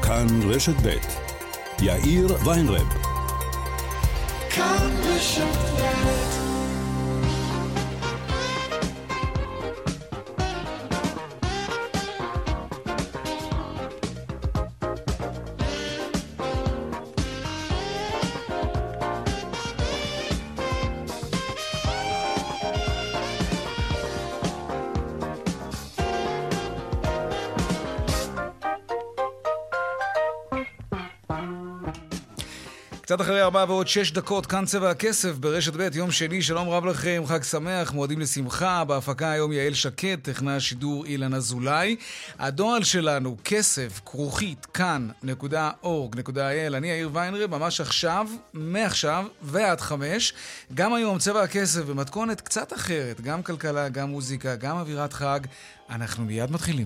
כאן רשת ב' יאיר ויינרב. כאן רשת ב'. קצת אחרי 4:06, כאן צבע הכסף ברשת ב', יום שני, שלום רב לכם, חג שמח, מועדים לשמחה, בהפקה היום יעל שקט, טכנאי השידור אילן אזולאי. הדואל שלנו, כסף, כרוכית, כאן.org.il, אני יאיר ויינרב, ממש עכשיו, מעכשיו ועד 5, גם היום צבע הכסף במתכונת קצת אחרת, גם כלכלה, גם מוזיקה, גם אווירת חג, אנחנו מיד מתחילים.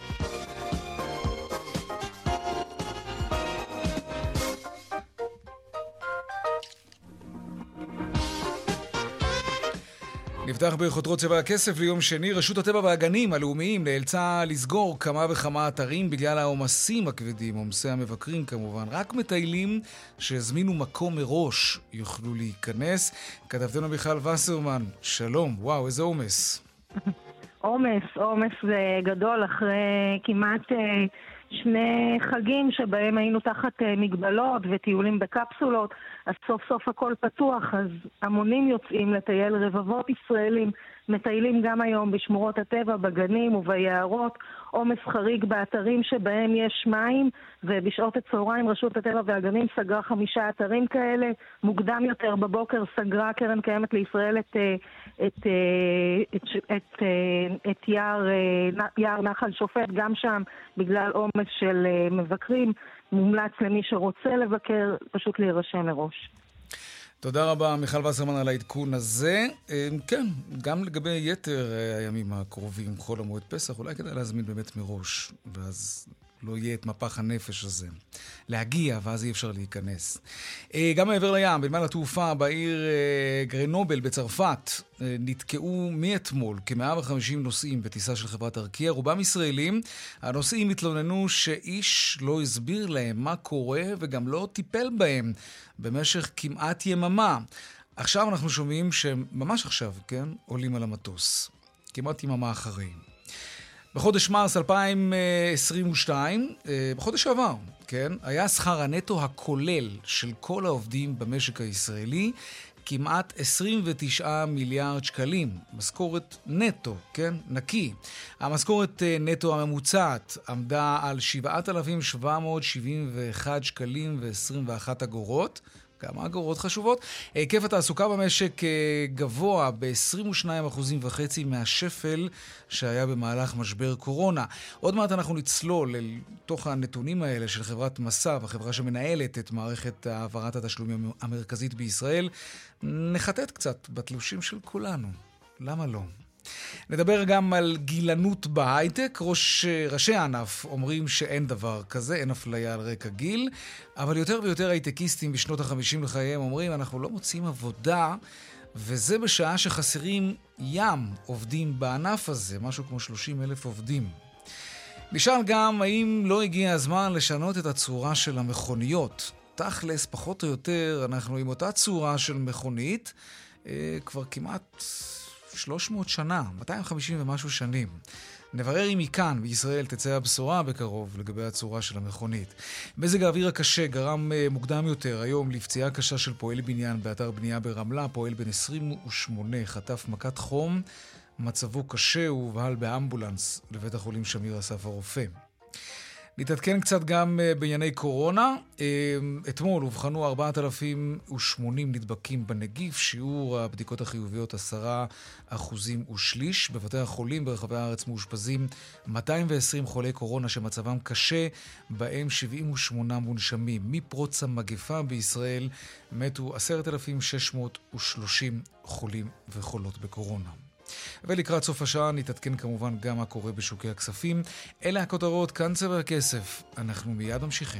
נפתח בחותרות צבע הכסף ליום שני. רשות הטבע והגנים הלאומיים נאלצה לסגור כמה וכמה אתרים בגלל העומסים הכבדים, עומסי המבקרים כמובן. רק מטיילים שהזמינו מקום מראש יוכלו להיכנס. כתבתנו מיכל וסרמן, שלום. וואו, איזה עומס. עומס גדול אחרי כמעט שני חגים שבהם היינו תחת מגבלות וטיולים בקפסולות, אז סוף סוף הכל פתוח, אז המונים יוצאים לטייל, רבבות ישראלים מטיילים גם היום בשמורות הטבע, בגנים וביערות, עומס חריג באתרים שבהם יש מים, ובשעות הצהריים רשות הטבע והגנים סגרה 5 אתרים כאלה. מוקדם יותר בבוקר סגרה קרן קיימת לישראל את יער נחל שופט, גם שם בגלל עומס של מבקרים. מומלץ למי שרוצה לבקר פשוט להירשם מראש. תודה רבה מיכל וסרמן על העדכון הזה. כן, גם לגבי יתר הימים הקרובים, חול המועד פסח, אולי כדאי להזמין באמת מראש, ואז לא יהיה את מפח הנפש הזה. להגיע, ואז אי אפשר להיכנס. גם מעבר לים, בנמל התעופה בעיר גרנובל בצרפת, נתקעו מאתמול כ-150 נוסעים בטיסה של חברת ארקיע, רובם ישראלים. הנוסעים התלוננו שאיש לא הסביר להם מה קורה וגם לא טיפל בהם במשך כמעט יממה. עכשיו אנחנו שומעים שממש עכשיו, כן, עולים על המטוס. כמעט יממה אחרי. בחודש מרס 2022, בחודש שעבר, כן, היה שכר הנטו הכולל של כל העובדים במשק הישראלי כמעט 29 מיליארד שקלים. משכורת נטו, כן, נקי. המשכורת נטו הממוצעת עמדה על 7,771 שקלים ו-21 אגורות. כמה אגורות חשובות. היקף התעסוקה במשק גבוה ב-22.5% מהשפל שהיה במהלך משבר קורונה. עוד מעט אנחנו נצלול לתוך הנתונים האלה של חברת מסע, החברה שמנהלת את מערכת העברת התשלומים המרכזית בישראל. נחטט קצת בתלושים של כולנו. למה לא? נדבר גם על גילנות בהייטק. ראשי הענף אומרים שאין דבר כזה, אין אפליה על רקע גיל, אבל יותר ויותר הייטקיסטים בשנות ה-50 לחייהם אומרים אנחנו לא מוצאים עבודה, וזה בשעה שחסרים עובדים בענף הזה, משהו כמו 30,000 עובדים. נשאל גם האם לא הגיע הזמן לשנות את הצורה של המכוניות. תכלס, פחות או יותר, אנחנו עם אותה צורה של מכונית כבר כמעט 300 שנה, 250 ומשהו שנים. נברר אם מכאן בישראל תצא הבשורה בקרוב לגבי הצורה של המכונית. מזג האוויר הקשה גרם מוקדם יותר היום לפציעה קשה של פועל בניין באתר בנייה ברמלה. פועל בן 28 חטף מכת חום, מצבו קשה, הוא הובהל באמבולנס לבית החולים שמיר אסף הרופא. נתעדכן קצת גם בענייני קורונה. אתמול הובחנו 4,080 נדבקים בנגיף, שיעור הבדיקות החיוביות 10.3%. בבתי החולים ברחבי הארץ מאושפזים 220 חולי קורונה שמצבם קשה, בהם 78 מונשמים. מפרוץ המגפה בישראל מתו 10,630 חולים וחולות בקורונה. ולקראת סוף השעה נתעדכן כמובן גם מה קורה בשוקי הכספים. אלה הכותרות, כאן צבע הכסף. אנחנו מיד ממשיכים.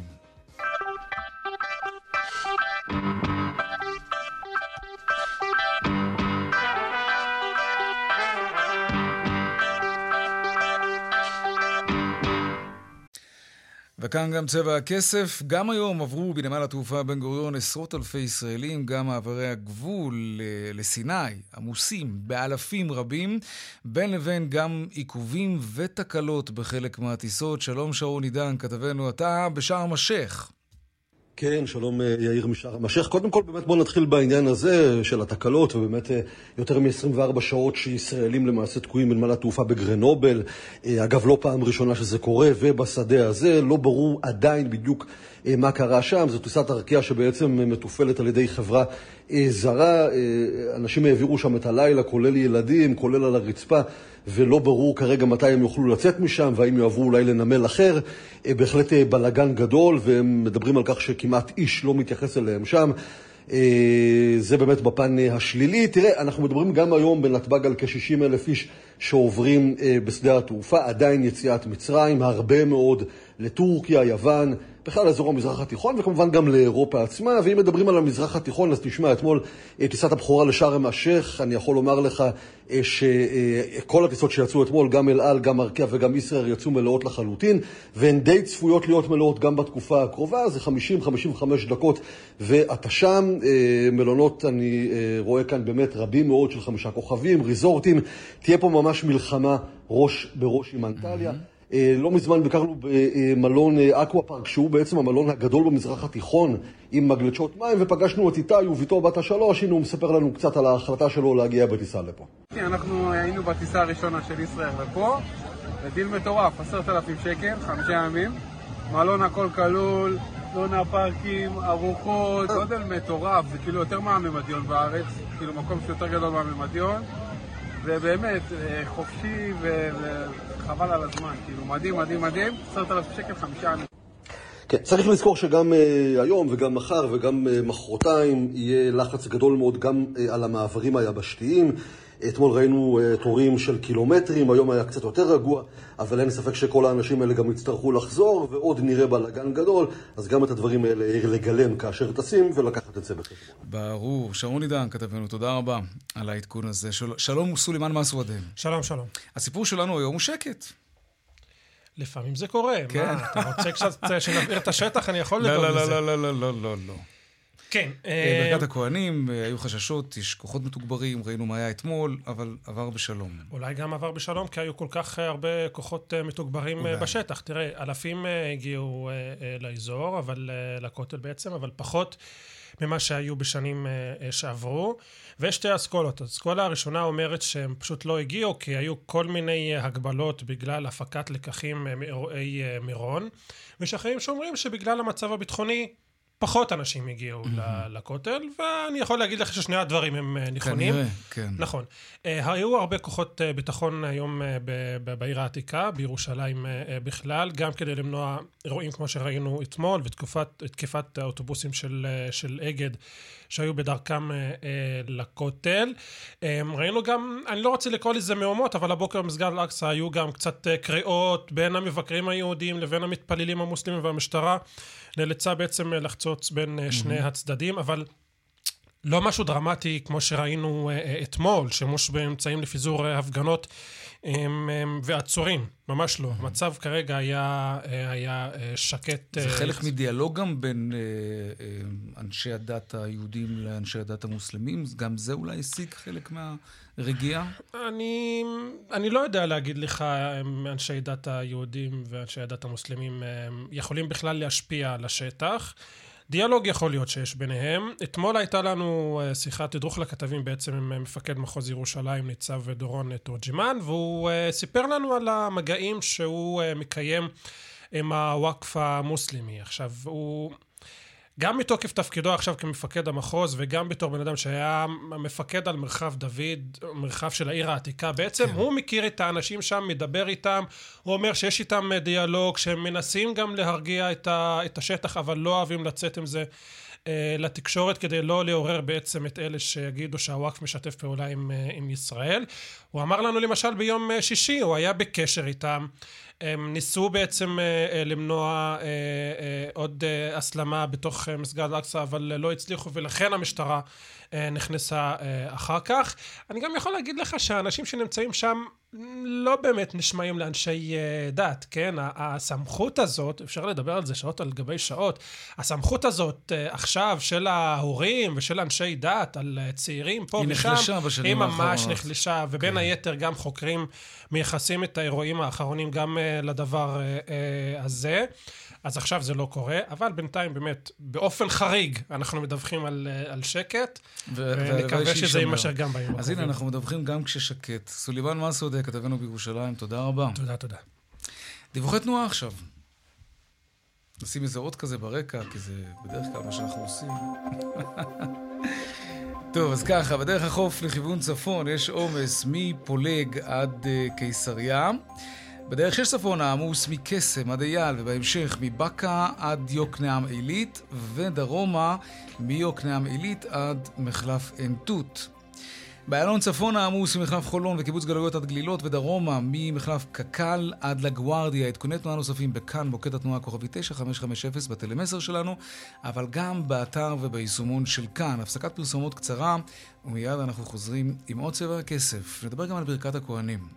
וכאן גם צבע הכסף. גם היום עברו בנמל התעופה בן גוריון עשרות אלפי ישראלים, גם מעברי הגבול לסיני עמוסים באלפים רבים, בין לבין גם עיכובים ותקלות בחלק מהטיסות. שלום שרון עידן, כתבנו, אתה בשארם א-שייח. כן, שלום יאיר משארם א-שייח. קודם כל באמת בוא נתחיל בעניין הזה של התקלות, ובאמת יותר מ-24 שעות שישראלים למעשה תקועים בנמל התעופה בגרנובל. אגב, לא פעם ראשונה שזה קורה, ובשדה הזה לא ברור עדיין בדיוק מה קרה שם. זו טיסת ארקיע שבעצם מתופעלת על ידי חברה זרה. אנשים העבירו שם את הלילה, כולל ילדים, כולל על הרצפה, ולא ברור כרגע מתי הם יוכלו לצאת משם, והאם יעברו אולי לנמל אחר. בהחלט בלגן גדול, והם מדברים על כך שכמעט איש לא מתייחס אליהם שם. זה באמת בפן השלילי. תראה, אנחנו מדברים גם היום בנתב"ג על כ-60,000 איש שעוברים בשדה התעופה, עדיין יציאת מצרים, הרבה מאוד לטורקיה, יוון, בכלל לאזור המזרח התיכון, וכמובן גם לאירופה עצמה. ואם מדברים על המזרח התיכון, אז תשמע, אתמול טיסת הבכורה לשארם א-שייח, אני יכול לומר לך שכל הטיסות שיצאו אתמול, גם אל על, גם ארקיע וגם ישראייר, יצאו מלאות לחלוטין, והן די צפויות להיות מלאות גם בתקופה הקרובה. זה 50-55 דקות ואתה שם. מלונות, אני רואה כאן באמת רבים מאוד של 5 כוכבים, ריזורטים. תהיה פה ממש מלחמה ראש בראש עם אנטליה. לא מזמן ביקרנו במלון אקווה פארק, שהוא בעצם המלון הגדול במזרח התיכון עם מגלשות מים, ופגשנו את איתי וביתו בת ה3. הנה הוא מספר לנו קצת על ההחלטה שלו להגיע בטיסה לפה. אנחנו היינו בטיסה הראשונה של ישראל ופה, ודיל מטורף, 10,000 שקל, 5 ימים, מלון הכל כלול, לונה פארקים, ארוחות, גודל מטורף, זה כאילו יותר מהממדיון בארץ, כאילו מקום שיותר גדול מהממדיון, ובאמת חופשי וחבל על הזמן, כאילו מדהים, מדהים, מדהים, 10,000 שקל, 5 ימים. כן, צריך לזכור שגם היום וגם מחר וגם מחרתיים יהיה לחץ גדול מאוד גם על המעברים היבשתיים. אתמול ראינו תורים של קילומטרים, היום היה קצת יותר רגוע, אבל אין ספק שכל האנשים האלה גם יצטרכו לחזור, ועוד נראה בלגן גדול, אז גם את הדברים האלה לגלם כאשר תשים ולקחת את זה בחשבון. ברור. שרון עידן, כתבנו, תודה רבה על העדכון הזה. שלום סולימאן מסוודה. שלום, שלום. הסיפור שלנו היום הוא שקט. לפעמים זה קורה. כן. מה, אתה רוצה קצת שנבעיר את השטח? אני יכול לדאוג לזה. לא. כן. ברכת הכהנים, היו חששות, יש כוחות מתוגברים, ראינו מה היה אתמול, אבל עבר בשלום. אולי גם עבר בשלום, כי היו כל כך הרבה כוחות מתוגברים בשטח. תראה, אלפים הגיעו לאזור, לכותל בעצם, אבל פחות ממה שהיו בשנים שעברו. ויש 2 אסכולות. האסכולה הראשונה אומרת שהם פשוט לא הגיעו, כי היו כל מיני הגבלות בגלל הפקת לקחים מאירועי מירון, ויש אחרים שאומרים שבגלל המצב הביטחוני, פחות אנשים הגיעו לכותל, ואני יכול להגיד לך ששני הדברים הם נכונים. כנראה, כן. נכון. היו הרבה כוחות ביטחון היום בעיר העתיקה, בירושלים בכלל, גם כדי למנוע אירועים כמו שראינו אתמול, ותקיפת האוטובוסים של אגד, שהיו בדרכם לכותל. ראינו גם, אני לא רוצה לקרוא לזה מהומות, אבל הבוקר במסגד אל-אקצא היו גם קצת קריאות בין המבקרים היהודים לבין המתפללים המוסלמים, והמשטרה נאלצה בעצם לחצוץ בין שני הצדדים, אבל לא משהו דרמטי כמו שראינו אתמול, שימוש באמצעים לפיזור הפגנות ועצורים, ממש לא. המצב כרגע היה שקט. זה חלק מדיאלוג גם בין אנשי הדת היהודים לאנשי הדת המוסלמים? גם זה אולי השיג חלק מהרגיעה? אני לא יודע להגיד לך אם אנשי דת היהודים ואנשי הדת המוסלמים יכולים בכלל להשפיע על השטח. דיאלוג יכול להיות שיש ביניהם. אתמול הייתה לנו שיחת תדרוך לכתבים בעצם עם מפקד מחוז ירושלים, ניצב דורון תורג'מן, והוא סיפר לנו על המגעים שהוא מקיים עם הוואקף המוסלמי. עכשיו, הוא גם מתוקף תפקידו עכשיו כמפקד המחוז, וגם בתור בן אדם שהיה מפקד על מרחב דוד, מרחב של העיר העתיקה, בעצם הוא מכיר את האנשים שם, מדבר איתם, הוא אומר שיש איתם דיאלוג, שהם מנסים גם להרגיע את השטח, אבל לא אוהבים לצאת עם זה לתקשורת, כדי לא לעורר בעצם את אלה שיגידו שהוואקף משתף פעולה עם ישראל. הוא אמר לנו למשל ביום שישי, הוא היה בקשר איתם, הם ניסו בעצם למנוע עוד הסלמה בתוך מסגד אל-אקצא, אבל לא הצליחו, ולכן המשטרה נכנסה אחר כך. אני גם יכול להגיד לך שהאנשים שנמצאים שם לא באמת נשמעים לאנשי דת, כן? הסמכות הזאת, אפשר לדבר על זה שעות על גבי שעות, הסמכות הזאת עכשיו של ההורים ושל אנשי דת על צעירים פה ושם, היא ממש נחלשה, ובין היתר גם חוקרים מייחסים את האירועים האחרונים גם לדבר הזה. אז עכשיו זה לא קורה, אבל בינתיים באמת, באופן חריג, אנחנו מדווחים על שקט, ונקווה שזה יימשך גם ביום הקרובים. אז הנה, אנחנו מדווחים גם כששקט. סולימאן מסעודה, כתבנו בירושלים, תודה רבה. תודה. דיווחי תנועה עכשיו. נשים איזה עוד כזה ברקע, כי זה בדרך כלל מה שאנחנו עושים. טוב, אז ככה, בדרך החוף לכיוון צפון יש עומס מפולג עד קיסריה. בדרך 6 צפון העמוס מקסם עד אייל, ובהמשך מבקה עד יוקנעם עילית, ודרומה מיוקנעם עילית עד מחלף עין תות. באיילון צפון העמוס ממחלף חולון וקיבוץ גלויות עד גלילות, ודרומה ממחלף קקל עד לגוארדיה. עדכוני תנועה נוספים בכאן, מוקד התנועה כוכבי 9550 בטלמסר שלנו, אבל גם באתר וביישומון של כאן. הפסקת פרסומות קצרה, ומיד אנחנו חוזרים עם עוד צבע הכסף. נדבר גם על ברכת הכהנים.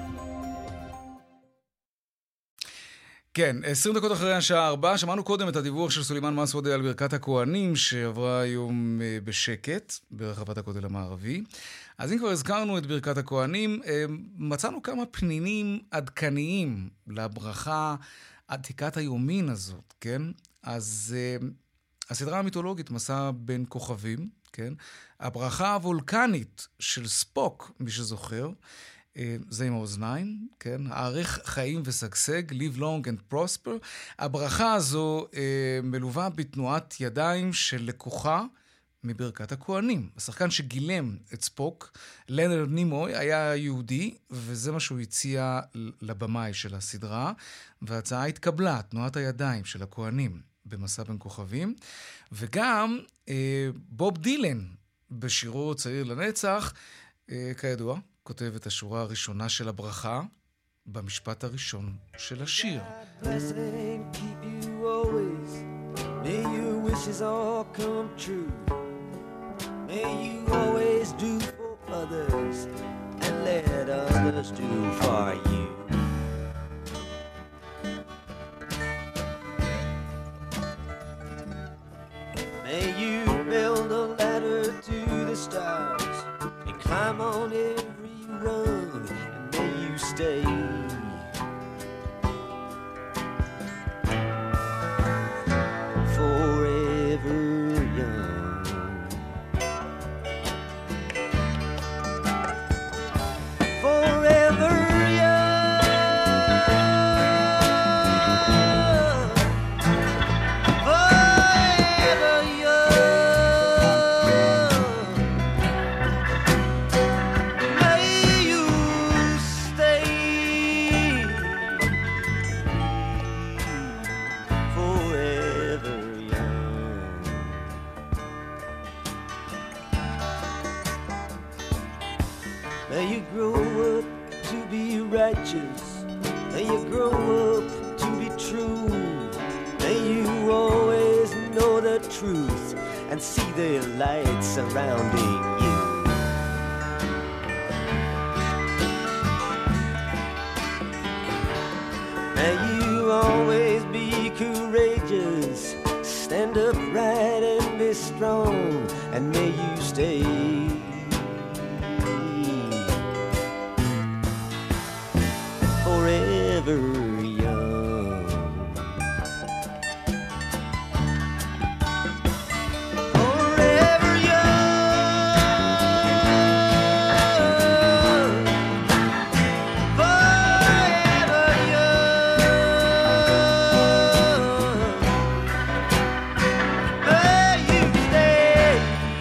כן, 20 דקות אחרי השעה 4, שמענו קודם את הדיווח של סולימאן מסעודה על ברכת הכהנים שעברה היום בשקט ברחבת הכותל המערבי. אז אם כבר הזכרנו את ברכת הכהנים, מצאנו כמה פנינים עדכניים לברכה עתיקת היומין הזאת, כן? אז הסדרה המיתולוגית מסע בין כוכבים, כן? הברכה הוולקנית של ספוק, מי שזוכר, זה עם האוזניים, כן? הערך חיים ושגשג, live long and prosper. הברכה הזו מלווה בתנועת ידיים של לקוחה מברכת הכהנים. השחקן שגילם את ספוק, לנרד נימוי, היה יהודי, וזה מה שהוא הציע לבמאי של הסדרה, וההצעה התקבלה, תנועת הידיים של הכהנים במסע בין כוכבים, וגם בוב דילן בשירו צעיר לנצח, כידוע, כותב את השורה הראשונה של הברכה במשפט הראשון של השיר. May your wishes all come true. May you always do for others and let others do for you. May you build a ladder to the stars and climb on every rung, and may you stay forever young. Forever young. Forever young. May you stay forever young. May you grow up to be righteous. May you grow up to be true. May you always know the truth and see the light surrounding you. May you always be courageous, stand upright and be strong, and may you stay forever young. Forever young. Forever young. May you stay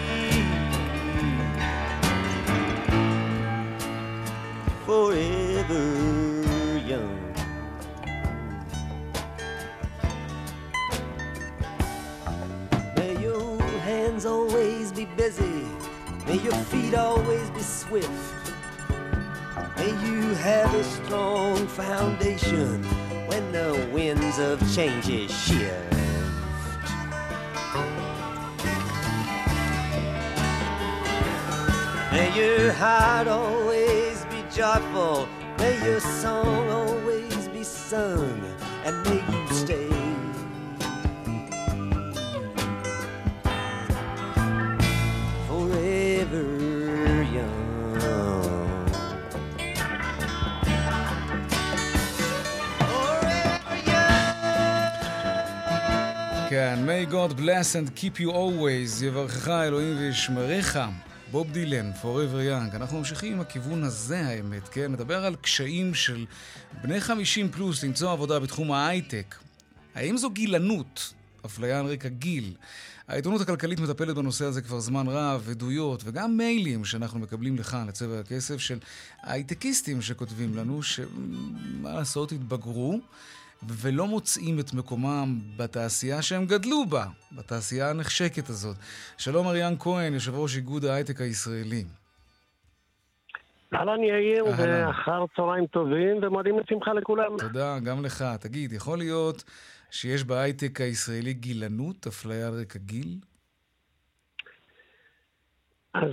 forever young. May your hands always be busy. May your feet always be swift. May you have a strong foundation when the winds of changes shift. May your heart always be joyful, may your song always be sung, and may you stay forever young. Forever young. כן, May God bless and keep you always, יברכך אלוהים וישמרך. בוב דילן, Forever Young. אנחנו ממשיכים עם הכיוון הזה, האמת, כן? מדבר על קשיים של בני 50 פלוס למצוא עבודה בתחום ההייטק. האם זו גילנות? אפליה על רקע גיל. העיתונות הכלכלית מטפלת בנושא הזה כבר זמן רב, עדויות וגם מיילים שאנחנו מקבלים לכאן לצבע הכסף של הייטקיסטים שכותבים לנו שמה לעשות התבגרו ולא מוצאים את מקומם בתעשייה שהם גדלו בה, בתעשייה הנחשקת הזאת. שלום אריאן כהן, יושב ראש איגוד ההייטק הישראלי. אהלן יאיר, ואחר צהריים טובים ומועדים לשמחה לכולם. תודה, גם לך. תגיד, יכול להיות שיש בהייטק הישראלי גילנות, אפליה על רקע גיל? אז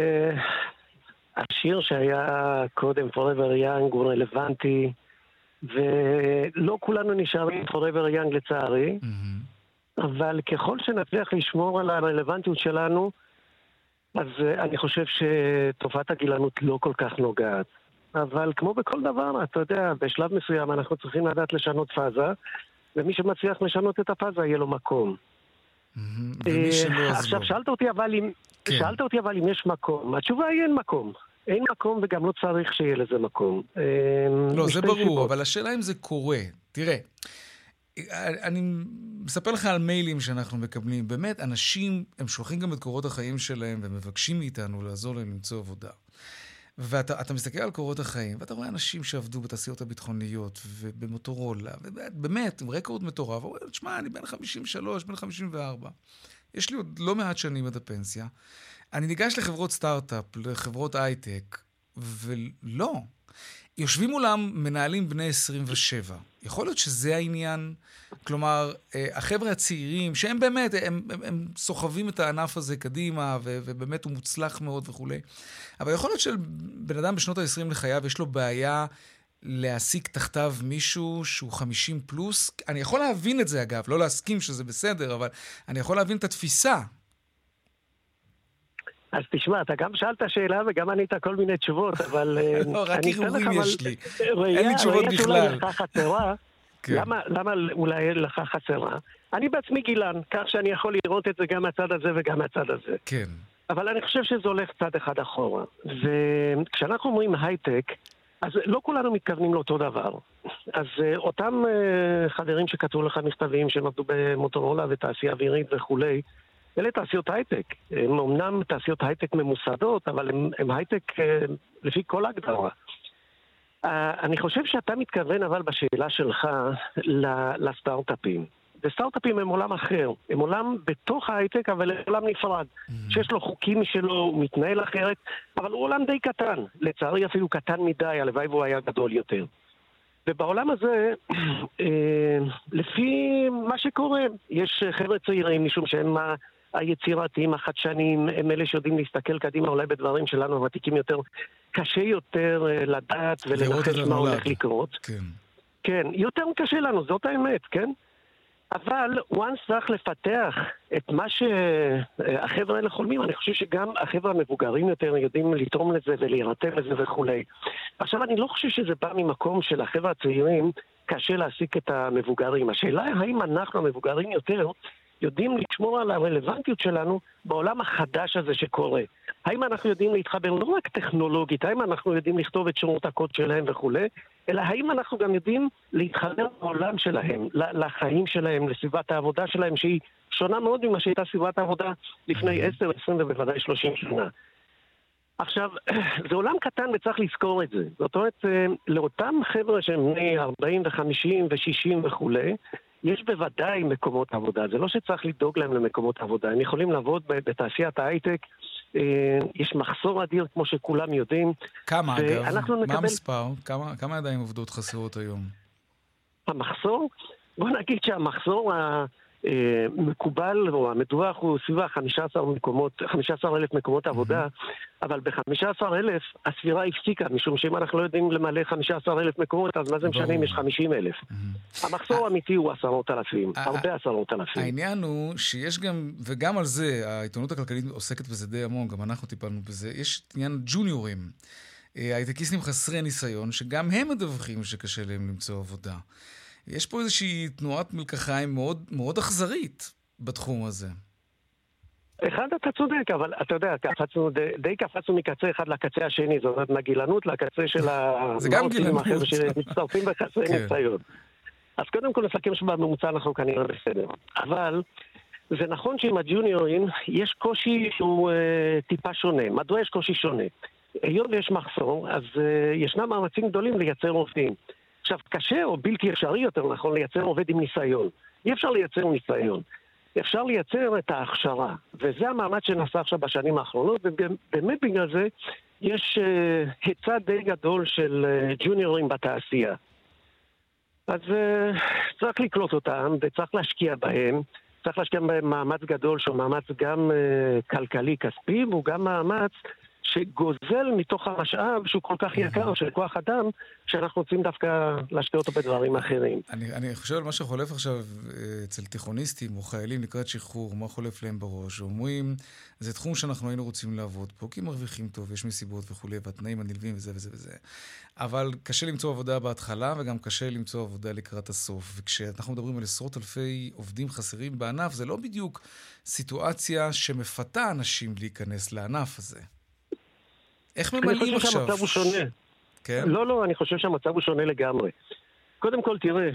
השיר שהיה קודם, Forever Young, הוא רלוונטי, ולא כולנו נשארים Forever Young לצערי, אבל ככל שנצליח לשמור על הרלוונטיות שלנו, אז אני חושב שתופעת הגילנות לא כל כך נוגעת. אבל כמו בכל דבר, אתה יודע, בשלב מסוים אנחנו צריכים לדעת לשנות פאזה, ומי שמצליח לשנות את הפאזה יהיה לו מקום. עכשיו, שאלת אותי אבל אם יש מקום. התשובה היא אין מקום. אין מקום וגם לא צריך שיהיה לזה מקום. לא, זה ברור, אבל השאלה אם זה קורה. תראה, אני מספר לך על מיילים שאנחנו מקבלים. באמת, אנשים, הם שולחים גם את קורות החיים שלהם ומבקשים מאיתנו לעזור להם למצוא עבודה. ואתה מסתכל על קורות החיים, ואתה רואה אנשים שעבדו בתעשיות הביטחוניות ובמוטורולה, ובאמת, עם רקורד מטורף, הוא אומר, תשמע, אני בן 53, בן 54. יש לי עוד לא מעט שנים עד הפנסיה. אני ניגש לחברות סטארט-אפ, לחברות הייטק, ולא. יושבים מולם מנהלים בני 27. יכול להיות שזה העניין? כלומר, החבר'ה הצעירים, שהם באמת, הם סוחבים את הענף הזה קדימה, ובאמת הוא מוצלח מאוד וכו'. אבל יכול להיות שבן אדם בשנות ה-20 לחייו, יש לו בעיה להשיג תחתיו מישהו שהוא 50 פלוס. אני יכול להבין את זה, אגב, לא להסכים שזה בסדר, אבל אני יכול להבין את התפיסה. אז תשמע, אתה גם שאלת שאלה וגם ענית כל מיני תשובות, אבל... לא, רק ערעורים יש לי. אין לי תשובות בכלל. למה אולי לך חסרה? אני בעצמי גילן, כך שאני יכול לראות את זה גם מהצד הזה וגם מהצד הזה. כן. אבל אני חושב שזה הולך צד אחד אחורה. וכשאנחנו אומרים הייטק, אז לא כולנו מתכוונים לאותו דבר. אז אותם חברים שכתבו לך מכתבים שהם עבדו במוטורולה ותעשייה אווירית וכולי, אלה תעשיות הייטק. הם אמנם תעשיות הייטק ממוסדות, אבל הם הייטק לפי כל ההגדרה. אני חושב שאתה מתכוון אבל בשאלה שלך לסטארט-אפים. וסטארט-אפים הם עולם אחר. הם עולם בתוך ההייטק, אבל הם עולם נפרד. שיש לו חוקים משלו, הוא מתנהל אחרת, אבל הוא עולם די קטן. לצערי אפילו קטן מדי, הלוואי והוא היה גדול יותר. ובעולם הזה, לפי מה שקורה, יש חבר'ה צעירים, משום שהם היצירתיים, החדשנים, הם אלה שיודעים להסתכל קדימה אולי בדברים שלנו הוותיקים יותר. קשה יותר לדעת ולנחש מה הולך לקרות. כן. כן, יותר קשה לנו, זאת האמת, כן? אבל once צריך לפתח את מה שהחבר'ה האלה חולמים, אני חושב שגם החבר'ה המבוגרים יותר יודעים לתרום לזה ולהירתם לזה וכולי. עכשיו, אני לא חושב שזה בא ממקום של החבר'ה הצעירים קשה להסיק את המבוגרים. השאלה היא האם אנחנו המבוגרים יותר יודעים לשמור על הרלוונטיות שלנו בעולם החדש הזה שקורה. האם אנחנו יודעים להתחבר לא רק טכנולוגית, האם אנחנו יודעים לכתוב את שורות הקוד שלהם וכו', אלא האם אנחנו גם יודעים להתחבר בעולם שלהם, לחיים שלהם, לסביבת העבודה שלהם, שהיא שונה מאוד ממה שהייתה סביבת העבודה לפני 10, 20 ובוודאי 30 שנה. עכשיו, זה עולם קטן וצריך לזכור את זה. זאת אומרת, לאותם חבר'ה שהם בני 40 ו-50 ו-60 וכו', יש בוודאי מקומות עבודה. זה לא שצריך לדאוג להם למקומות עבודה. הם יכולים לעבוד בתעשיית ההייטק יש מחסור אדיר, כמו שכולם יודעים. כמה, אגב? מה המספר? כמה ידיים עובדות חסרות היום? המחסור? בוא נגיד שהמחסור המקובל או המדווח הוא סביב 15,000 מקומות עבודה, אבל ב-15,000 הספירה הפסיקה, משום שאם אנחנו לא יודעים למלא 15,000 מקומות, אז מה זה משנה אם יש 50,000? המחסור האמיתי הוא 10,000, הרבה 10,000. העניין הוא שיש גם, וגם על זה, העיתונות הכלכלית עוסקת בזה די המון, גם אנחנו טיפלנו בזה, יש עניין ג'וניורים, הייטקיסטים חסרי ניסיון, שגם הם מדווחים שקשה להם למצוא עבודה. יש פה איזושהי תנועת מלקחיים מאוד, מאוד אכזרית בתחום הזה. אחד אתה צודק, אבל אתה יודע, די קפצנו מקצה אחד לקצה השני, זאת אומרת מהגילנות לקצה של זה גם גילנות. שמצטרפים בחסרי ניסיון. אז קודם כל נסכם שבממוצע אנחנו כנראה בסדר. אבל זה נכון שעם הג'וניורים יש קושי שהוא טיפה שונה. מדוע יש קושי שונה? היות ויש מחסור, אז ישנם מאמצים גדולים לייצר עובדים. עכשיו, קשה או בלתי אפשרי יותר נכון לייצר עובד עם ניסיון. אי אפשר לייצר ניסיון. אפשר לייצר את ההכשרה. וזה המאמץ שנעשה עכשיו בשנים האחרונות, ובאמת בגלל זה יש היצע די גדול של ג'וניורים בתעשייה. אז צריך לקלוט אותם וצריך להשקיע בהם. צריך להשקיע בהם מאמץ גדול שהוא מאמץ גם כלכלי-כספי, והוא גם מאמץ שגוזל מתוך המשאב שהוא כל כך יקר של כוח אדם, שאנחנו רוצים דווקא להשקיע אותו בדברים אחרים. אני חושב על מה שחולף עכשיו אצל תיכוניסטים או חיילים לקראת שחרור, מה חולף להם בראש, אומרים, זה תחום שאנחנו היינו רוצים לעבוד פה, כי מרוויחים טוב, יש מסיבות וכו', והתנאים הנלווים וזה וזה וזה. אבל קשה למצוא עבודה בהתחלה, וגם קשה למצוא עבודה לקראת הסוף. וכשאנחנו מדברים על עשרות אלפי עובדים חסרים בענף, זה לא בדיוק סיטואציה שמפתה אנשים להיכנס לענף הזה. איך ממלאים עכשיו? אני חושב שהמצב הוא שונה. כן? לא, אני חושב שהמצב הוא שונה לגמרי. קודם כל, תראה,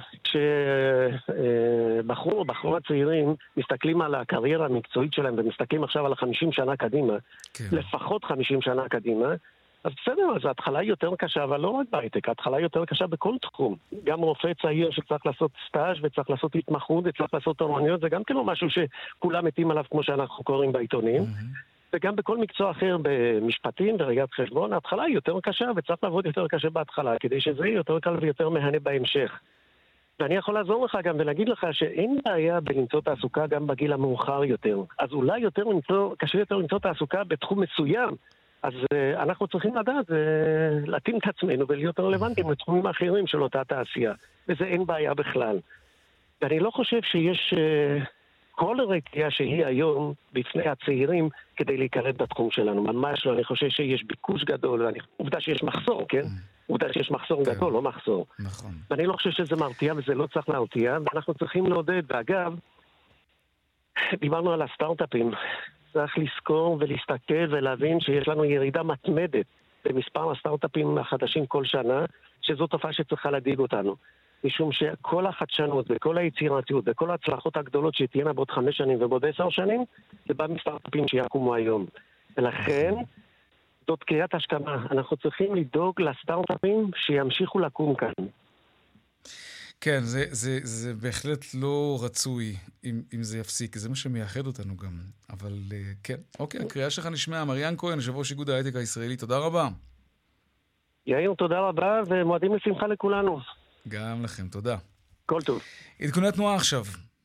כשבחור הצעירים מסתכלים על הקריירה המקצועית שלהם, ומסתכלים עכשיו על 50 שנה קדימה, כן. לפחות 50 שנה קדימה, אז בסדר, אז ההתחלה היא יותר קשה, אבל לא רק בהייטק, ההתחלה היא יותר קשה בכל תחום. גם רופא צעיר שצריך לעשות סטאז' וצריך לעשות התמחות וצריך לעשות תורנויות, זה גם כאילו משהו שכולם מתים עליו כמו שאנחנו קוראים בעיתונים. וגם בכל מקצוע אחר במשפטים, בראיית חשבון, ההתחלה היא יותר קשה וצריך לעבוד יותר קשה בהתחלה, כדי שזה יהיה יותר קל ויותר מהנה בהמשך. ואני יכול לעזור לך גם ולהגיד לך שאין בעיה בלמצוא תעסוקה גם בגיל המאוחר יותר. אז אולי קשה יותר למצוא תעסוקה בתחום מסוים, אז אנחנו צריכים לדעת להתאים את עצמנו ולהיות רלוונטיים לתחומים אחרים של אותה תעשייה. וזה אין בעיה בכלל. ואני לא חושב שיש כל רקיעה שהיא היום בפני הצעירים כדי להיקלט בתחום שלנו. ממש לא, אני חושב שיש ביקוש גדול, עובדה שיש מחסור, כן? עובדה שיש מחסור גדול, לא מחסור. נכון. ואני לא חושב שזה מרתיע וזה לא צריך להרתיע, ואנחנו צריכים לעודד. ואגב, דיברנו על הסטארט-אפים. צריך לזכור ולהסתכל ולהבין שיש לנו ירידה מתמדת במספר הסטארט-אפים החדשים כל שנה, שזו תופעה שצריכה להדאיג אותנו. משום שכל החדשנות וכל היצירתיות וכל ההצלחות הגדולות שתהיינה בעוד 5 שנים ובעוד 10 שנים, זה בא מסטארט-אפים שיקומו היום. ולכן, זאת קריאת השכמה. אנחנו צריכים לדאוג לסטארט-אפים שימשיכו לקום כאן. כן, זה בהחלט לא רצוי אם זה יפסיק, זה מה שמייחד אותנו גם. אבל כן, אוקיי, הקריאה שלך נשמעה. מריאן כהן, יושב ראש איגוד ההייטק הישראלי, תודה רבה. יאיר, תודה רבה, ומועדים לשמחה לכולנו. גם לכם, תודה. כל טוב. עדכוני התנועה עכשיו.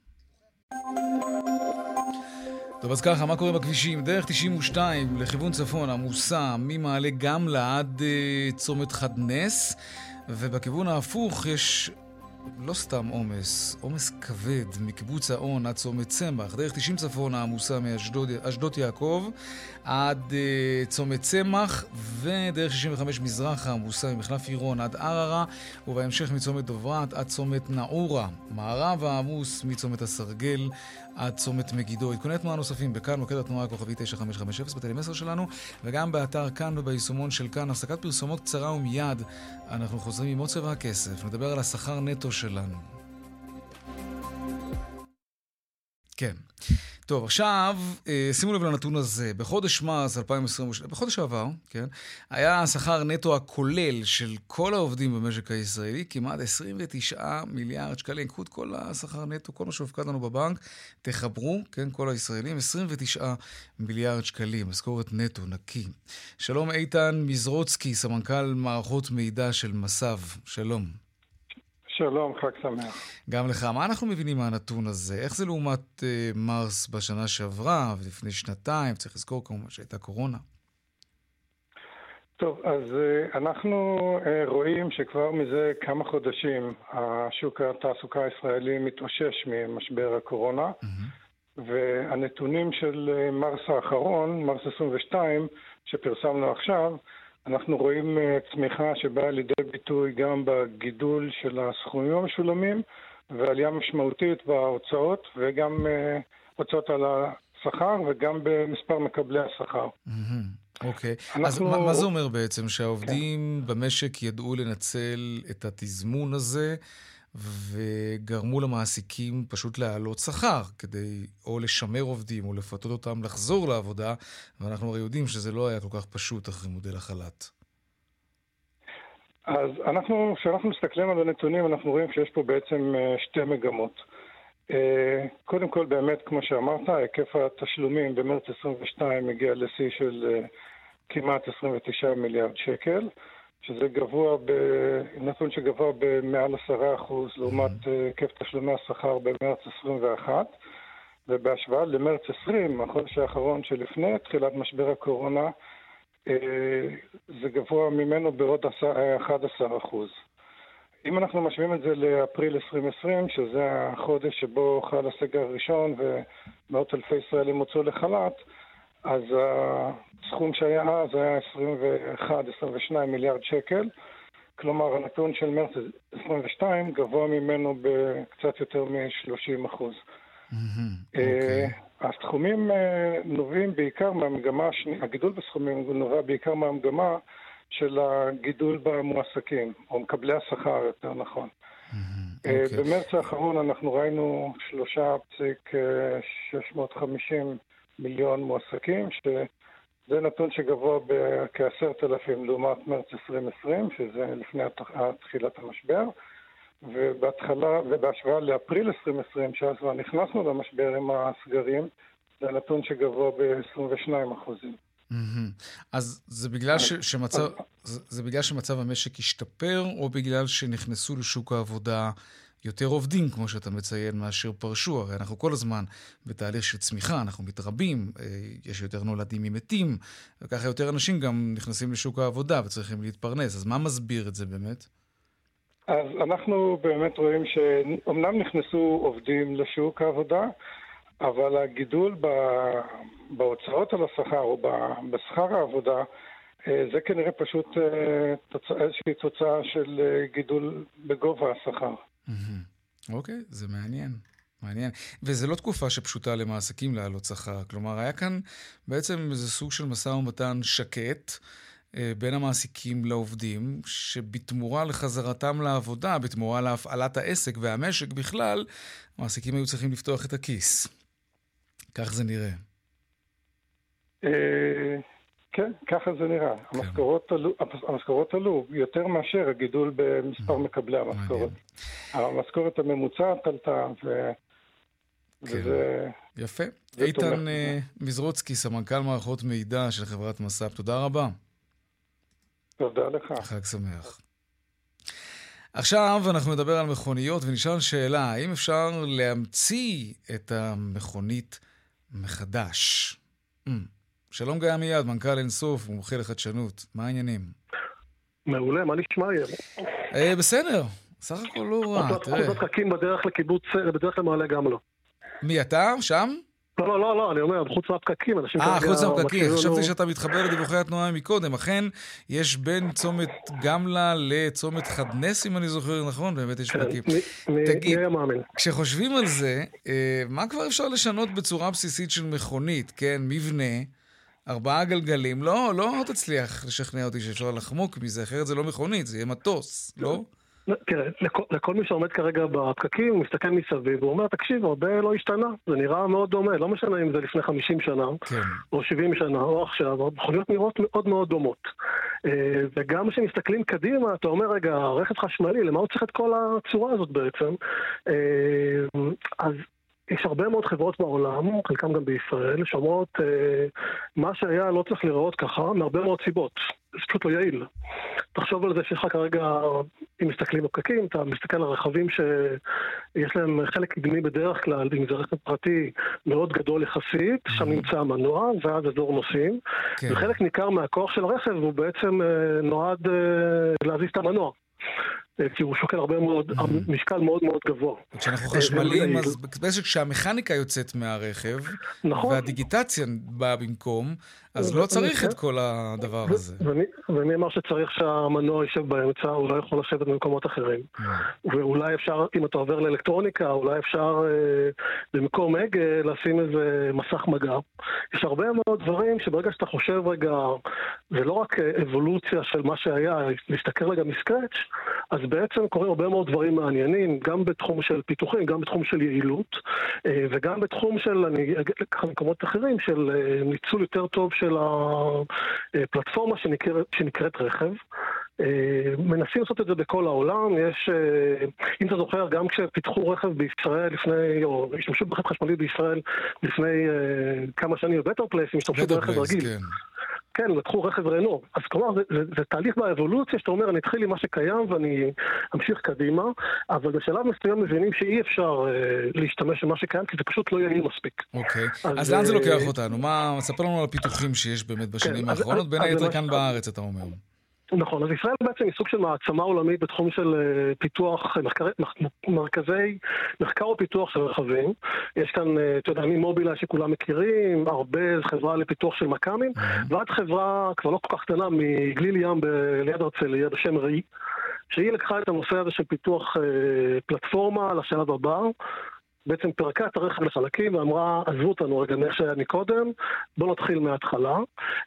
טוב, אז ככה, מה קורה בכבישים? דרך 92 לכיוון צפון עמוסה ממעלה גמלה עד צומת חדנס, ובכיוון ההפוך יש לא סתם עומס כבד מקיבוץ האון עד צומת צמח. דרך 90 צפון העמוסה מאשדות יעקב עד צומת צמח, ודרך 65 מזרח העמוסה ממחלף עירון עד ערערה, ובהמשך מצומת דוברת עד צומת נעורה. מערב העמוס מצומת הסרגל עד צומת מגידו. עדכוני תנועה נוספים בכאן מוקד התנועה כוכבי 9550 בטלמסר שלנו, וגם באתר כאן וביישומון של כאן. הפסקת פרסומות קצרה ומיד אנחנו חוזרים עם עוד צבע הכסף. נדבר על השכר נטו שלנו. כן. טוב, עכשיו, שימו לב לנתון הזה. בחודש מרס 2022, בחודש העבר, כן, היה השכר נטו הכולל של כל העובדים במשק הישראלי, כמעט 29 מיליארד שקלים. קחו את כל השכר נטו, כל מה שהופקד לנו בבנק, תחברו, כן, כל הישראלים, 29 מיליארד שקלים, משכורת נטו, נקי. שלום איתן מזרוצקי, סמנכ"ל מערכות מידע של מס"ב. שלום. שלום, חג שמח. גם לך. מה אנחנו מבינים מהנתון הזה? איך זה לעומת מרס בשנה שעברה ולפני שנתיים? צריך לזכור כמובן שהייתה קורונה. טוב, אז אנחנו רואים שכבר מזה כמה חודשים השוק התעסוקה הישראלי מתאושש ממשבר הקורונה, והנתונים של מרס האחרון, מרס 22, שפרסמנו עכשיו, אנחנו רואים צמיחה שבאה לידי ביטוי גם בגידול של הסכומים המשולמים ועלייה משמעותית בהוצאות וגם הוצאות על השכר וגם במספר מקבלי השכר. אוקיי. אז מה זה אומר בעצם? שהעובדים במשק ידעו לנצל את התזמון הזה וגרמו למעסיקים פשוט להעלות שכר כדי או לשמר עובדים או לפתות אותם לחזור לעבודה, ואנחנו הרי יודעים שזה לא היה כל כך פשוט אחרי מודל החל"ת. אז כשאנחנו מסתכלים על הנתונים, אנחנו רואים שיש פה בעצם שתי מגמות. קודם כל, באמת, כמו שאמרת, היקף התשלומים במרץ 22 הגיע לשיא של כמעט 29 מיליארד שקל, שזה גבוה, נתון שגבוה במעל 10% לעומת היקף תשלומי השכר במרץ 21, ובהשוואה למרץ 20, החודש האחרון שלפני תחילת משבר הקורונה, זה גבוה ממנו בעוד 11%. אם אנחנו משווים את זה לאפריל 2020, שזה החודש שבו חל הסגר הראשון ומאות אלפי ישראלים הוצאו לחל"ת, אז הסכום שהיה אז היה 21-22 מיליארד שקל. כלומר, הנתון של מרץ 22 גבוה ממנו בקצת יותר מ-30%. הסכומים נובעים בעיקר מהמגמה, הגידול בסכומים נובע בעיקר מהמגמה של הגידול במועסקים, או מקבלי השכר יותר נכון. במרץ האחרון אנחנו ראינו 3.650 מיליון מועסקים, שזה נתון שגבוה בכ10,000 לעומת מרץ 2020, שזה לפני תחילת המשבר, ובהשוואה לאפריל 2020, שאז כבר נכנסנו למשבר עם הסגרים, זה נתון שגבוה ב-22%. אז זה בגלל שמצב המשק השתפר, או בגלל שנכנסו לשוק העבודה יותר עובדים, כמו שאתה מציין, מאשר פרשו? הרי אנחנו כל הזמן בתהליך של צמיחה, אנחנו מתרבים, יש יותר נולדים ממתים, וככה יותר אנשים גם נכנסים לשוק העבודה וצריכים להתפרנס. אז מה מסביר את זה באמת? אז אנחנו באמת רואים שאומנם נכנסו עובדים לשוק העבודה, אבל הגידול בהוצאות על השכר או בשכר העבודה, זה כנראה פשוט איזושהי תוצאה של גידול בגובה השכר. אוקיי, זה מעניין. מעניין. וזה לא תקופה שפשוטה למעסיקים להעלות שכר. כלומר, היה כאן בעצם איזה סוג של משא ומתן שקט בין המעסיקים לעובדים, שבתמורה לחזרתם לעבודה, בתמורה להפעלת העסק והמשק בכלל, המעסיקים היו צריכים לפתוח את הכיס. כך זה נראה. כן, ככה זה נראה. המשכורות עלו יותר מאשר הגידול במספר מקבלי המשכורת. המשכורת הממוצעת עלתה, וזה... יפה. איתן מזרוצקי, סמנכ"ל מערכות מידע של חברת מס"ב, תודה רבה. תודה לך. חג שמח. עכשיו אנחנו נדבר על מכוניות ונשאל שאלה, האם אפשר להמציא את המכונית מחדש? שלום גיא מיד, מנכ"ל אינסוף, מומחה לחדשנות. מה העניינים? מעולה, מה נשמע יהיה? בסדר, סך הכל לא רע. אחוזות חכים בדרך לקיבוץ, בדרך למעלה גם לא. מי אתה? שם? לא, אני אומר, חוץ מהפקקים. חוץ מהפקקים, חשבתי שאתה מתחבר לדיווחי התנועה מקודם. אכן, יש בין צומת גמלה לצומת חדנס, אם אני זוכר נכון, באמת יש פקקים. תגיד, כשחושבים על זה, מה כבר אפשר לשנות בצורה בסיסית של מכונית? כן, מבנה, 4 גלגלים, לא תצליח לשכנע אותי שאפשר לחמוק מזה, אחרת זה לא מכונית, זה יהיה מטוס, לא? תראה, לכל מי שעומד כרגע בפקקים, הוא מסתכל מסביב, הוא אומר, תקשיב, הרבה לא השתנה, זה נראה מאוד דומה, לא משנה אם זה לפני 50 שנה, או 70 שנה, או עכשיו, המכוניות נראות מאוד מאוד דומות. וגם כשמסתכלים קדימה, אתה אומר, רגע, רכב חשמלי, למה הוא צריך את כל הצורה הזאת בעצם? אז יש הרבה מאוד חברות בעולם, חלקם גם בישראל, שאומרות, מה שהיה לא צריך לראות ככה, מהרבה מאוד סיבות. זה פשוט לא יעיל. תחשוב על זה שלך כרגע, אם מסתכלים בפקקים, אתה מסתכל על רכבים שיש להם חלק קדמי בדרך כלל, אם זה רכב פרטי מאוד גדול יחסית, שם נמצא המנוע, ואז אזור נוסעים, וחלק ניכר מהכוח של הרכב הוא בעצם נועד להזיז את המנוע. כי הוא שוקל הרבה מאוד, משקל מאוד מאוד גבוה. כשאנחנו חשמליים, אז בעצם כשהמכניקה יוצאת מהרכב, והדיגיטציה באה במקום, אז לא צריך את כל הדבר הזה. ומי אמר שצריך שהמנוע יישב באמצע, הוא לא יכול לשבת במקומות אחרים. ואולי אפשר, אם אתה עובר לאלקטרוניקה, אולי אפשר במקום הגה לשים איזה מסך מגע. יש הרבה מאוד דברים שברגע שאתה חושב רגע, זה לא רק אבולוציה של מה שהיה, להסתכל רגע מסקרץ', אז בעצם קוראים הרבה מאוד דברים מעניינים, גם בתחום של פיתוחים, גם בתחום של יעילות, וגם בתחום של, אני אגיד לכם מקומות אחרים, של ניצול יותר טוב של הפלטפורמה שנקראת רכב. מנסים לעשות את זה בכל העולם. יש, אם אתה זוכר, גם כשפיתחו רכב בישראל לפני, או השתמשו ברכב חשמלי בישראל לפני כמה שנים בבטר פלייס, הם השתמשו ברכב רגיל. כן, לקחו רכב רנו. אז כלומר, זה תהליך באבולוציה שאתה אומר, אני אתחיל עם מה שקיים ואני אמשיך קדימה, אבל בשלב מסוים מבינים שאי אפשר להשתמש במה שקיים, כי זה פשוט לא יעיל מספיק. אוקיי. אז לאן זה לוקח אותנו? ספר לנו על הפיתוחים שיש באמת בשנים האחרונות, בין היתר כאן בארץ, אתה אומר. נכון, אז ישראל בעצם היא סוג של מעצמה עולמית בתחום של פיתוח, מרכזי מחקר ופיתוח של רכבים. יש כאן, אתה יודע, ממובילאיי שכולם מכירים, הרבה חברה לפיתוח של מקאמים, ועד חברה כבר לא כל כך קטנה מגליל ים ליד הרצליה בשם ראי, שהיא לקחה את הנושא הזה של פיתוח פלטפורמה לשלב הבא, בעצם פרקה את הרכב לחלקים ואמרה, עזבו אותנו רגע מאיך שהיה מקודם, בואו נתחיל מההתחלה.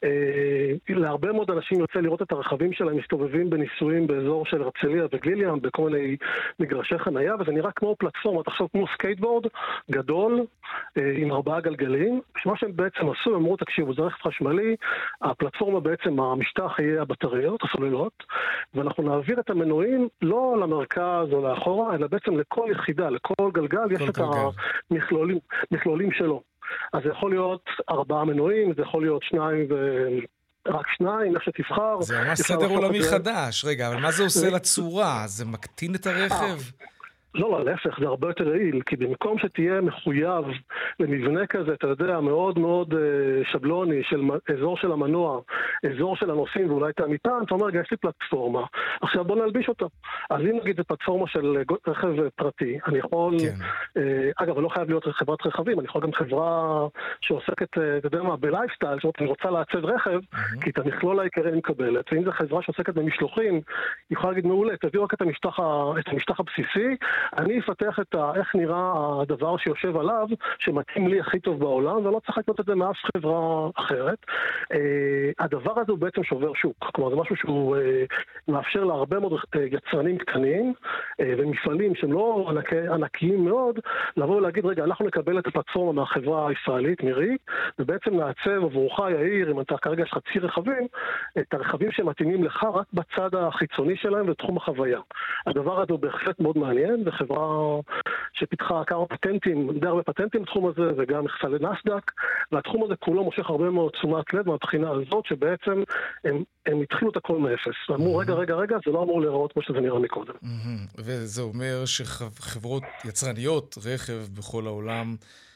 להרבה מאוד אנשים יוצא לראות את הרכבים שלהם מסתובבים בניסויים באזור של הרצליה וגליל ים, בכל מיני מגרשי חנייה, וזה נראה כמו פלטפורמה, תחשוב כמו סקייטבורד גדול, עם 4 גלגלים, שמה שהם בעצם עשו, אמרו, תקשיבו, זה רכב חשמלי, הפלטפורמה בעצם, המשטח יהיה הבטריות, הסוללות, ואנחנו נעביר את המנועים לא למרכז או לאחורה, אלא בעצם לכל יחידה, לכל גלגל, יש את המכלולים שלו. אז זה יכול להיות 4 מנועים, זה יכול להיות 2 רק 2, איך שתבחר. זה ממש סדר עולמי חדש. רגע, אבל מה זה עושה לצורה? זה מקטין את הרכב? לא, להפך, זה הרבה יותר רעיל, כי במקום שתהיה מחויב למבנה כזה, אתה יודע, מאוד מאוד שבלוני, של אזור של המנוע, אזור של הנוסעים, ואולי את המטען, אתה אומר, יש לי פלטפורמה, עכשיו בוא נלביש אותה. אז אם נגיד זה פלטפורמה של רכב פרטי, אני יכול, אגב, אני לא חייב להיות חברת רכבים, אני יכול גם חברה שעוסקת, אתה יודע מה, בלייפסטייל, זאת אומרת, אני רוצה לעצב רכב, כי את המכלול העיקרי אני מקבלת, ואם זו חברה שעוסקת במשלוחים, היא יכולה להגיד, מעולה, תביאו רק את המשטח הבסיסי, אני אפתח איך נראה הדבר שיושב עליו, שמתאים לי הכי טוב בעולם, ולא צריך לקנות את זה מאף חברה אחרת. הדבר הזה הוא בעצם שובר שוק. כלומר, זה משהו שהוא מאפשר להרבה מאוד יצרנים קטנים, ומפעלים שהם לא ענקיים מאוד, לבוא ולהגיד, רגע, אנחנו נקבל את הפלטפורמה מהחברה הישראלית, מירי, ובעצם לעצב עבורך, יאיר, אם אתה כרגע יש לך צי רכבים, את הרכבים שמתאימים לך רק בצד החיצוני שלהם ותחום החוויה. הדבר הזה הוא בהחלט מאוד מעניין, וחברה שפיתחה כמה פטנטים, די הרבה פטנטים בתחום הזה, וגם נכנסה לנסדק, והתחום הזה כולו מושך הרבה מאוד תשומת לב מהבחינה הזאת, שבעצם הם התחילו את הכל מאפס. ואמרו, רגע, זה לא אמור להיראות כמו שזה נראה מקודם. וזה אומר שחברות יצרניות רכב בכל העולם,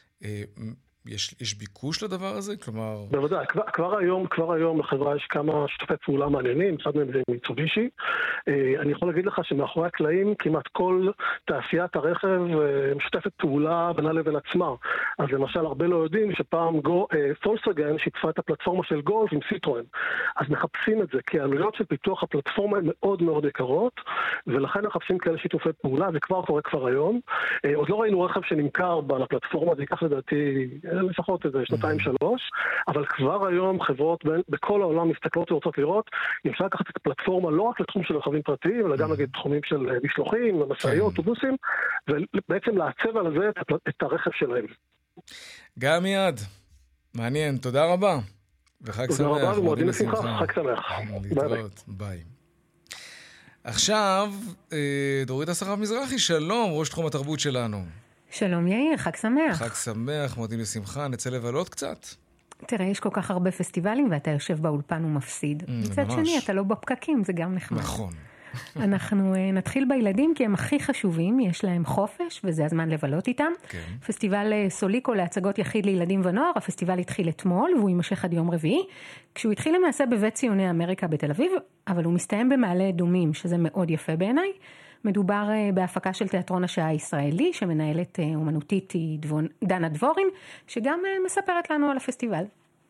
יש ביקוש לדבר הזה? כלומר... בוודאי, כבר היום לחברה יש כמה שותפי פעולה מעניינים, אחד מהם זה מיצובישי. אני יכול להגיד לך שמאחורי הקלעים כמעט כל תעשיית הרכב משותפת פעולה בינה לבין עצמה. אז למשל, הרבה לא יודעים שפעם פולקסווגן שיתפה את הפלטפורמה של גולף עם סיטרואן. אז מחפשים את זה, כי העלויות של פיתוח הפלטפורמה הן מאוד מאוד יקרות, ולכן מחפשים כאלה שיתופי פעולה, זה כבר קורה כבר היום. עוד לא ראינו רכב שנמכר לפלטפורמה, זה ייקח לדעתי לפחות איזה 2-3, אבל כבר היום חברות בכל העולם מסתכלות ורוצות לראות, אם אפשר לקחת את הפלטפורמה לא רק לתחום של רכבים פרטיים, אלא גם נגיד תחומים של משלוחים, משאיות, אוטובוסים, ובעצם לעצב על זה את הרכב שלהם. גם מיד. מעניין, תודה רבה. וחג שמח. תודה רבה, ומועדים לשמחה, חג שמח. להתראות, ביי. עכשיו, דורית אסרף מזרחי, שלום, ראש תחום התרבות שלנו. שלום יאיר, חג שמח. חג שמח, מועדים לשמחה, נצא לבלות קצת. תראה, יש כל כך הרבה פסטיבלים, ואתה יושב באולפן ומפסיד. מצד שני, אתה לא בפקקים, זה גם נחמד. נכון. אנחנו נתחיל בילדים, כי הם הכי חשובים, יש להם חופש, וזה הזמן לבלות איתם. כן. פסטיבל סוליקו להצגות יחיד לילדים ונוער, הפסטיבל התחיל אתמול, והוא יימשך עד יום רביעי, כשהוא התחיל למעשה בבית ציוני אמריקה בתל אביב, אבל הוא מסתיים במעלה אדומים, שזה מאוד יפה בעיניי. מדובר בהפקה של תיאטרון השעה הישראלי, שמנהלת אומנותית דנה דבורין, שגם מספרת לנו על הפסטיבל.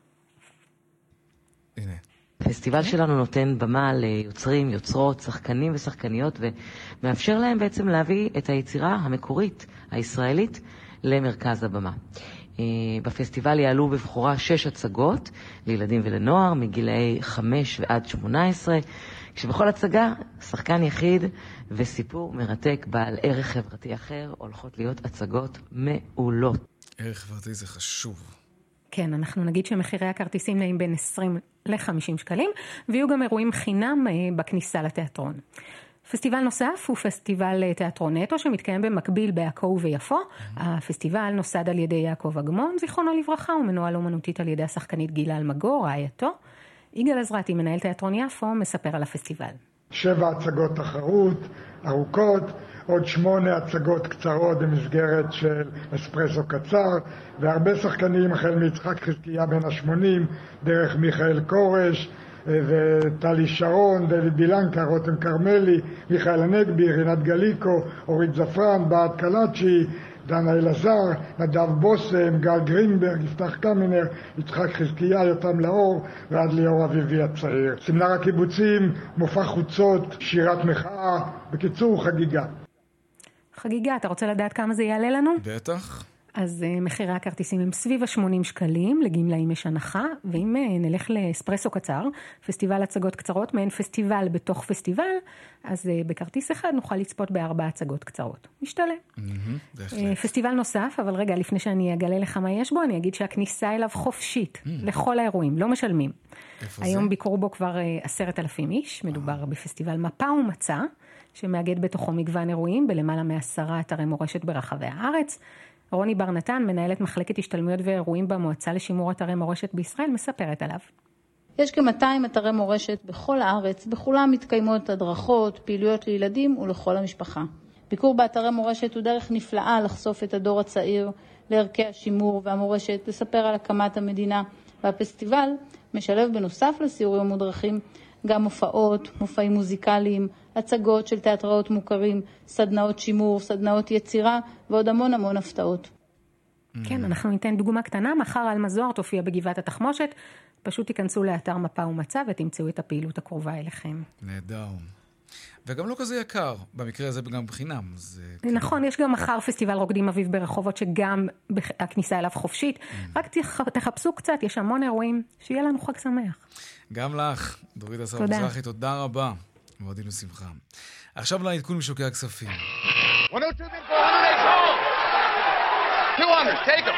הנה. הפסטיבל שלנו נותן במה ליוצרים, יוצרות, שחקנים ושחקניות, ומאפשר להם בעצם להביא את היצירה המקורית, הישראלית, למרכז הבמה. בפסטיבל יעלו בבחורה 6 הצגות לילדים ולנוער, מגילאי 5 ועד 18, כשבכל הצגה, שחקן יחיד וסיפור מרתק בעל ערך חברתי אחר, הולכות להיות הצגות מעולות. ערך חברתי זה חשוב. כן, אנחנו נגיד שמחירי הכרטיסים נעים בין 20 ל-50 שקלים, ויהיו גם אירועים חינם בכניסה לתיאטרון. פסטיבל נוסף הוא פסטיבל תיאטרון נטו, שמתקיים במקביל בעכו וביפו. הפסטיבל נוסד על ידי יעקב אגמון, זיכרונו לברכה, ומנוהל אומנותית על ידי השחקנית גילה אלמגור, רעייתו. יגאל עזרתי, מנהל תיאטרון יפו, מספר על הפסטיבל. 7 הצגות תחרות ארוכות, עוד 8 הצגות קצרות במסגרת של אספרסו קצר, והרבה שחקנים, החל מיצחק חזקיה בן ה-80, דרך מיכאל קורש, וטלי שרון, דוד בילנקה, רותם קרמלי, מיכאל הנגבי, רינת גליקו, אורית זפרן, בעד קלאצ'י, דנה אלעזר, נדב בוסם, גל גרינברג, יפתח קמינר, יצחק חזקיה, יותם לאור, ועד ליאור אביבי הצעיר. סמינר הקיבוצים, מופע חוצות, שירת מחאה, בקיצור חגיגה. חגיגה, אתה רוצה לדעת כמה זה יעלה לנו? בטח. אז מחירי הכרטיסים הם סביב 80 שקלים, לגמלאים יש הנחה, ואם נלך לאספרסו קצר, פסטיבל הצגות קצרות, מעין פסטיבל בתוך פסטיבל, אז בכרטיס אחד נוכל לצפות ב4 הצגות קצרות. משתלם. פסטיבל נוסף, אבל רגע, לפני שאני אגלה לך מה יש בו, אני אגיד שהכניסה אליו חופשית, לכל האירועים, לא משלמים. היום ביקרו בו כבר 10,000 איש, מדובר בפסטיבל מפה ומצא, שמאגד בתוכו מגוון אירועים, בלמעלה מ10 אתרי מורשת ברחבי הארץ. רוני בר נתן, מנהלת מחלקת השתלמויות ואירועים במועצה לשימור אתרי מורשת בישראל, מספרת עליו. יש כ-200 אתרי מורשת בכל הארץ, בכולם מתקיימות הדרכות, פעילויות לילדים ולכל המשפחה. ביקור באתרי מורשת הוא דרך נפלאה לחשוף את הדור הצעיר לערכי השימור והמורשת, לספר על הקמת המדינה, והפסטיבל משלב בנוסף לסיורים המודרכים גם הופעות, מופעים מוזיקליים, הצגות של תיאטראות מוכרים, סדנאות שימור, סדנאות יצירה ועוד המון הפתעות. כן, אנחנו ניתן דוגמה קטנה. מחר אלמה זוהר תופיע בגבעת התחמושת. פשוט תיכנסו לאתר מפה ומצא ותמצאו את הפעילות הקרובה אליכם. נהדר. וגם לא כזה יקר. במקרה הזה גם בחינם. נכון, יש גם מחר פסטיבל רוקדים אביב ברחובות, שגם הכניסה אליו חופשית. רק תחפשו קצת, יש המון אירועים. שיהיה לנו חג שמח. גם לך, דורית אסרף מזרחי, תודה רבה. מועדים לשמחה. עכשיו לעדכון משוקי הכספים. 102 bid for 100, 200, take them.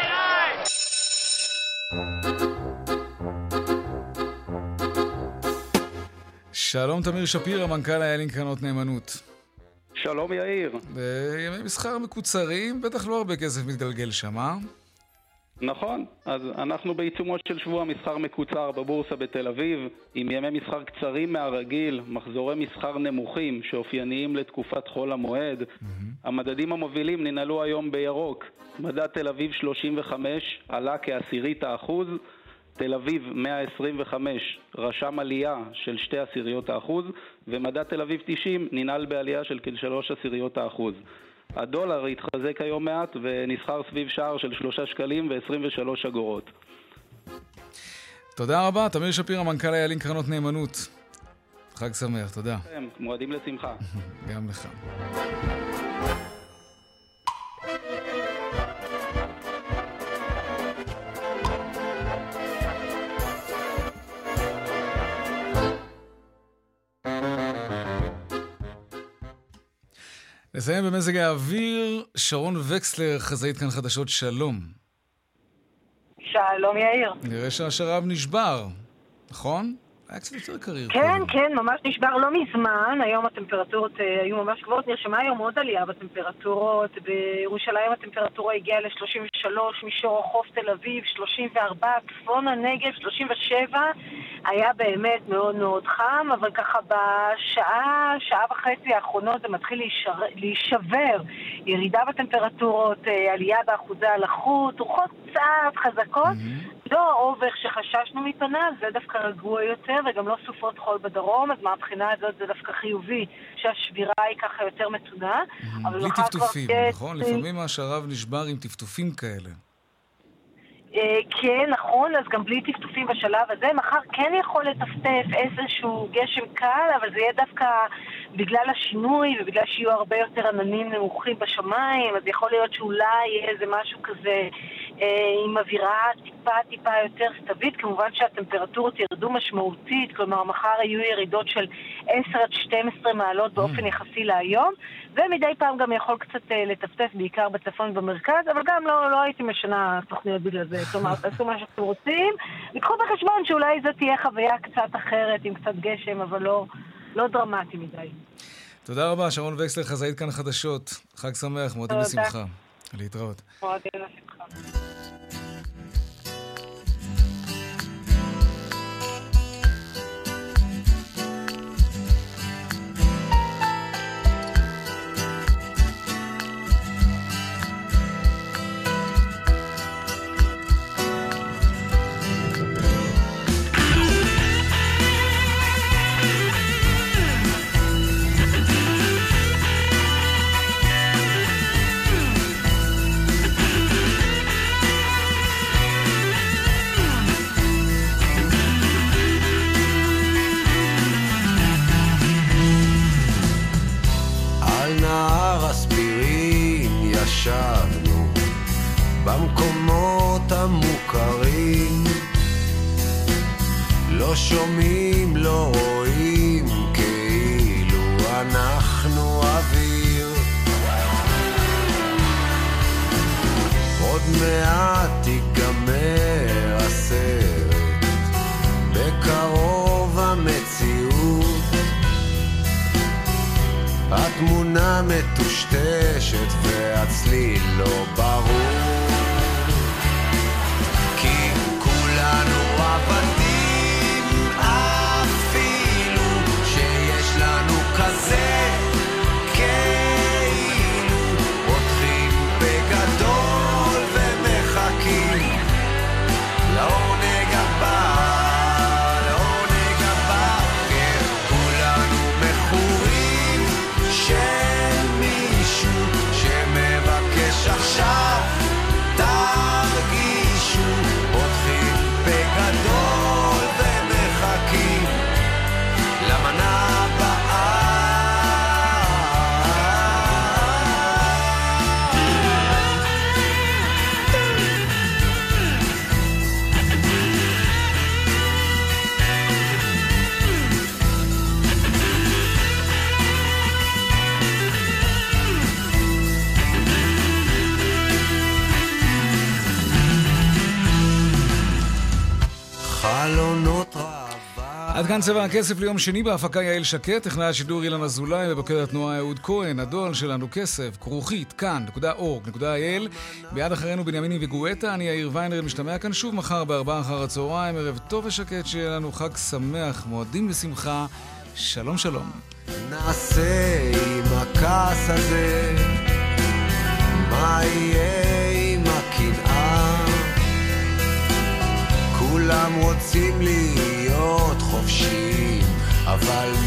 שלום תמיר שפירא, מנכ"ל איילין קרנות נאמנות. שלום יאיר. בימי מסחר מקוצרים, בטח לא הרבה כסף מתגלגל שם, אה? נכון, אז אנחנו בעיצומו של שבוע מסחר מקוצר בבורסה בתל אביב, עם ימי מסחר קצרים מהרגיל, מחזורי מסחר נמוכים שאופייניים לתקופת חול המועד. המדדים המובילים ננעלו היום בירוק. מדד תל אביב 35 עלה כ0.1%, תל אביב 125 רשם עלייה של 0.2%, ומדד תל אביב 90 ננעל בעלייה של כ3%. הדולר התחזק היום מעט ונסחר סביב שער של 3 שקלים ו23 אגורות. תודה רבה, תמיר שפירא, מנכ"ל איילין קרנות נאמנות. חג שמח, תודה. מועדים לשמחה. גם לך. נסיים במזג האוויר, שרון וקסלר, חזאית כאן חדשות, שלום. שלום יאיר. נראה שהשרב נשבר, נכון? היה קצת יותר קריר. כן, כן, ממש נשבר לא מזמן. היום הטמפרטורות היו ממש גבוהות. נרשמה היום עוד עלייה בטמפרטורות. בירושלים הטמפרטורה הגיעה ל-33, מישור החוף תל אביב 34, צפון הנגב 37. היה באמת מאוד מאוד חם, אבל ככה שעה וחצי האחרונות זה מתחיל להישבר. ירידה בטמפרטורות, עלייה באחוזי הלחות, רוחות קצת חזקות. לא האובר שחששנו מפניו, זה דווקא רגוע יותר, וגם לא סופות חול בדרום, אז מהבחינה הזאת זה דווקא חיובי שהשבירה היא ככה יותר מתונה. בלי טפטופים, נכון? לפעמים השרב נשבר עם טפטופים כאלה. כן, נכון, אז גם בלי טפטופים בשלב הזה. מחר כן יכול לטפטף איזשהו גשם קל, אבל זה יהיה דווקא בגלל השינוי ובגלל שיהיו הרבה יותר עננים נמוכים בשמיים, אז יכול להיות שאולי יהיה איזה משהו כזה עם אווירה טיפה יותר סתווית. כמובן שהטמפרטורות ירדו משמעותית, כלומר מחר יהיו ירידות של 10 עד 12 מעלות באופן יחסי להיום, ומדי פעם גם יכול קצת לטפטף בעיקר בצפון ובמרכז, אבל גם לא הייתי משנה תוכניות בגלל זה. כלומר, תעשו מה שאתם רוצים, וקחו בחשבון שאולי זו תהיה חוויה קצת אחרת עם קצת גשם, אבל לא דרמטי מדי. תודה רבה, שרון וקסלר, חזאית כאן חדשות. חג שמח, מועדים לשמחה. להתראות. מועדים לשמחה. ישבנו במקומות המוכרים, לא שומעים, לא רואים, כאילו אנחנו אוויר. עוד מעט ייגמר הסרט, בקרוב המציאות, התמונה מטושטשת והצליל לא ברור, כי כולנו עבדים, אפילו שיש לנו כזה כאילו, פותחים בגדול ומחכים לעונג הבא. עכשיו תרגישו, פותחים בגדול ומחכים למנה הבאה. חלונות רעבה. עד כאן צבע הכסף ליום שני, בהפקה יעל שקט, טכנאי השידור אילן אזולאי, ובוקר התנועה אהוד כהן. הדואל שלנו כסף, כרוכית, כאן.org.il. ביד אחרינו בנימיני וגואטה, אני יאיר ויינרב, משתמע כאן שוב מחר ב4 אחר הצהריים. ערב טוב ושקט, שיהיה לנו חג שמח, מועדים ושמחה. שלום שלום. נעשה עם הכעס הזה, מה יהיה עם הקנאה? כולם רוצים להיות חופשיים, אבל